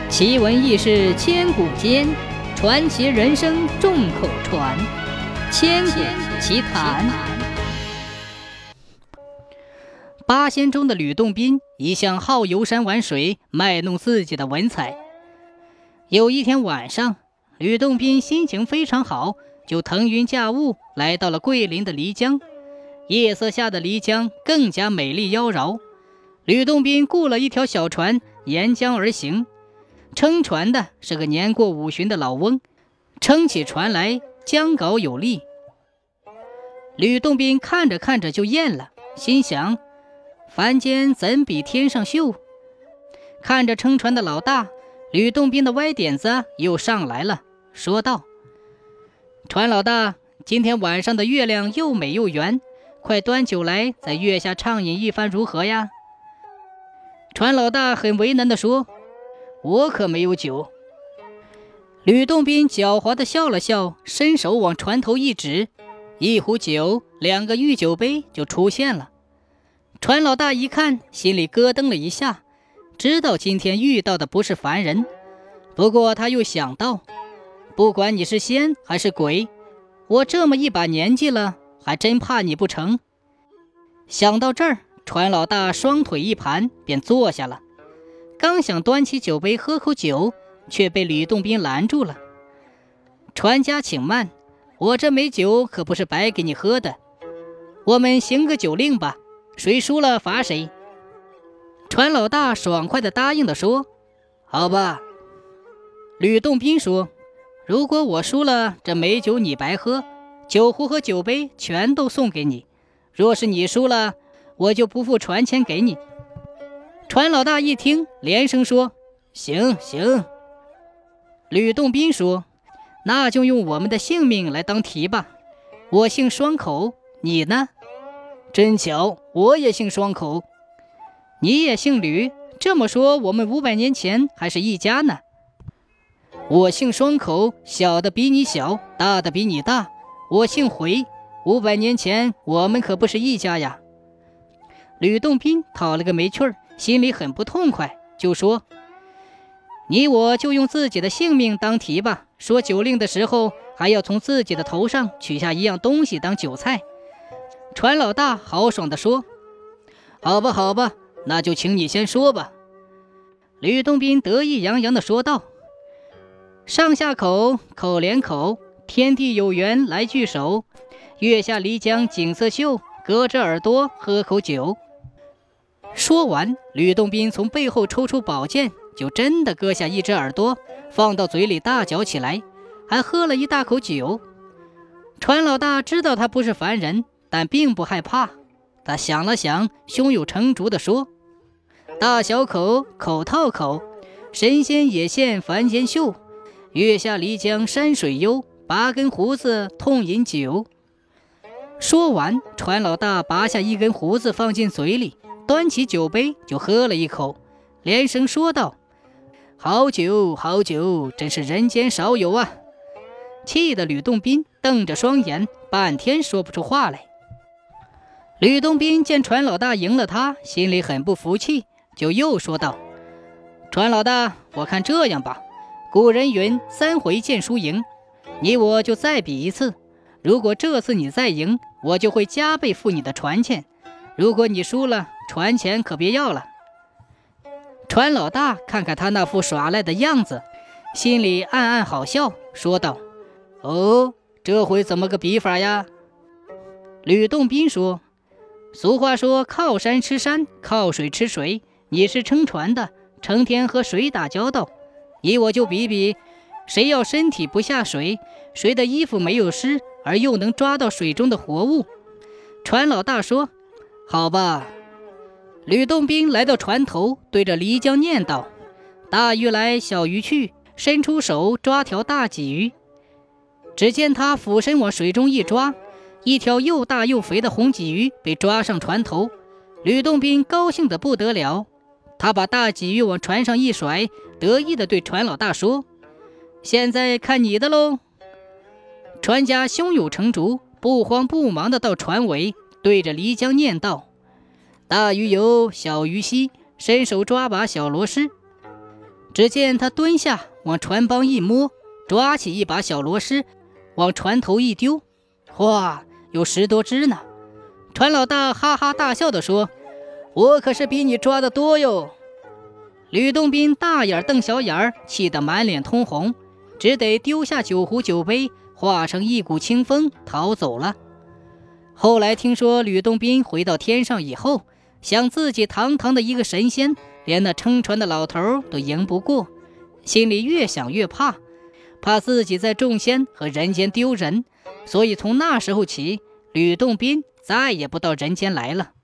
奇闻异事千古间，传奇人生众口传。千古奇谈。八仙中的吕洞宾一向好游山玩水，卖弄自己的文采。有一天晚上，吕洞宾心情非常好，就腾云驾雾来到了桂林的漓江。夜色下的漓江更加美丽妖娆。吕洞宾雇了一条小船沿江而行，撑船的是个年过50的老翁，撑起船来江高有力。吕洞宾看着看着就厌了，心想凡间怎比天上秀。看着撑船的老大，吕洞宾的歪点子又上来了，说道：船老大，今天晚上的月亮又美又圆，快端酒来，在月下畅饮一番如何呀？船老大很为难地说：我可没有酒。吕洞宾狡猾地笑了笑，伸手往船头一指，一壶酒，2个御酒杯就出现了。船老大一看，心里咯噔了一下，知道今天遇到的不是凡人。不过他又想到，不管你是仙还是鬼，我这么一把年纪了，还真怕你不成。想到这儿，船老大双腿一盘便坐下了，刚想端起酒杯喝口酒，却被吕洞宾拦住了。船家请慢，我这枚酒可不是白给你喝的，我们行个酒令吧，谁输了罚谁。船老大爽快地答应地说：好吧。吕洞宾说：如果我输了，这美酒你白喝，酒壶和酒杯全都送给你，若是你输了，我就不付船钱给你。船老大一听，连声说：行行。吕洞宾说：那就用我们的性命来当题吧。我姓双口，你呢？真巧，我也姓双口。你也姓吕，这么说我们500年前还是一家呢。我姓双口，小的比你小，大的比你大。我姓回，500年前我们可不是一家呀。吕洞宾讨了个没趣儿，心里很不痛快，就说：你我就用自己的性命当题吧，说酒令的时候还要从自己的头上取下一样东西当酒菜。船老大豪爽地说：好吧好吧，那就请你先说吧。吕洞宾得意洋洋地说道：上下口，口连口，天地有缘来聚首，月下漓江景色秀，隔着耳朵喝口酒。说完，吕洞宾从背后抽出宝剑，就真的割下一只耳朵，放到嘴里大嚼起来，还喝了一大口酒。船老大知道他不是凡人，但并不害怕。他想了想，胸有成竹地说：大小口，口套口，神仙也现凡间秀，月下漓江山水幽，8根胡子痛饮酒。说完，船老大拔下一根胡子放进嘴里，端起酒杯就喝了一口，连声说道：好酒好酒，真是人间少有啊。气得吕洞宾瞪着双眼，半天说不出话来。吕洞宾见船老大赢了他，心里很不服气，就又说道：船老大，我看这样吧，古人云3回见输赢，你我就再比一次，如果这次你再赢，我就会加倍付你的船钱，如果你输了，船钱可别要了。船老大看看他那副耍赖的样子，心里暗暗好笑，说道：哦，这回怎么个比法呀？吕洞宾说：俗话说靠山吃山，靠水吃水，你是撑船的，成天和水打交道，你我就比比，谁要身体不下水，谁的衣服没有湿，而又能抓到水中的活物。船老大说：好吧。吕洞宾来到船头，对着漓江念道：大鱼来小鱼去，伸出手抓条大鲫鱼。只见他俯身往水中一抓，一条又大又肥的红鲫鱼被抓上船头。吕洞宾高兴得不得了，他把大鲫鱼往船上一甩，得意地对船老大说：现在看你的喽。船家胸有成竹，不慌不忙地到船尾，对着漓江念道：大鱼游，小鱼嬉，伸手抓把小螺丝。 只见他蹲下，往船帮一摸，抓起一把小螺丝，往船头一丢，哇，有10多只呢。船老大哈哈大笑地说：“我可是比你抓得多哟。”吕洞宾大眼瞪小眼，气得满脸通红，只得丢下酒壶酒杯，化成一股清风逃走了。后来听说吕洞宾回到天上以后，想自己堂堂的一个神仙，连那撑船的老头都赢不过，心里越想越怕，怕自己在众仙和人间丢人，所以从那时候起，吕洞宾再也不到人间来了。